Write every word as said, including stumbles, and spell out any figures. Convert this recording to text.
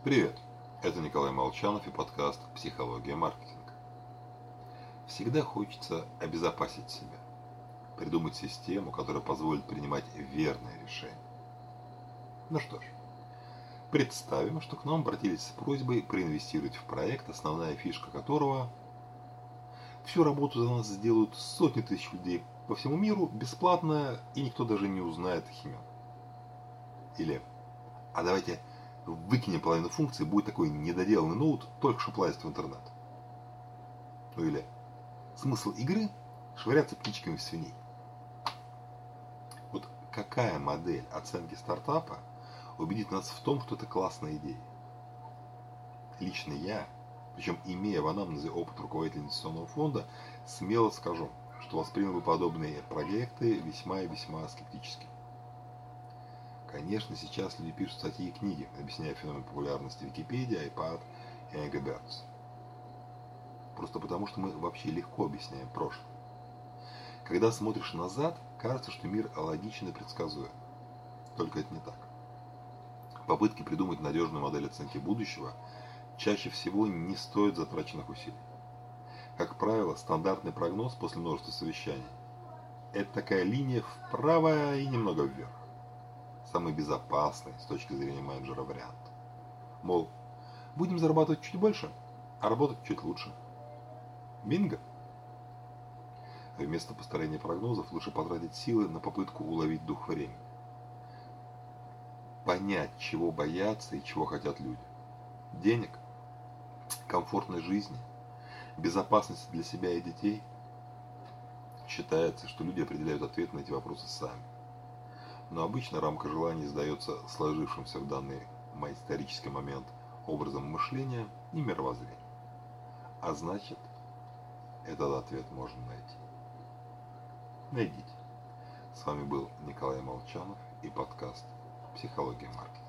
Привет! Это Николай Молчанов и подкаст «Психология маркетинга». Всегда хочется обезопасить себя, придумать систему, которая позволит принимать верные решения. Ну что ж, представим, что к нам обратились с просьбой проинвестировать в проект, основная фишка которого – всю работу за нас сделают сотни тысяч людей по всему миру бесплатно, и никто даже не узнает их имен. Или, а давайте выкинем половину функций, будет такой недоделанный ноут, только что лазит в интернет. Ну или смысл игры – швыряться птичками в свиней. Вот какая модель оценки стартапа убедит нас в том, что это классная идея? Лично я, причем имея в анамнезе опыт руководителя инвестиционного фонда, смело скажу, что воспринял бы подобные проекты весьма и весьма скептически. Конечно, сейчас люди пишут статьи и книги, объясняя феномен популярности Википедии, iPad и Angry Birds. Просто потому, что мы вообще легко объясняем прошлое. Когда смотришь назад, кажется, что мир логичен и предсказуем. Только это не так. Попытки придумать надежную модель оценки будущего чаще всего не стоят затраченных усилий. Как правило, стандартный прогноз после множества совещаний – это такая линия вправо и немного вверх. Самый безопасный с точки зрения менеджера вариант. Мол, будем зарабатывать чуть больше, а работать чуть лучше. Бинго! Вместо построения прогнозов лучше потратить силы на попытку уловить дух времени. Понять, чего боятся и чего хотят люди. Денег, комфортной жизни, безопасности для себя и детей. Считается, что люди определяют ответ на эти вопросы сами. Но обычно рамка желаний сдается сложившимся в данный исторический момент образом мышления и мировоззрения. А значит, этот ответ можно найти. Найдите. С вами был Николай Молчанов и подкаст «Психология маркетинга».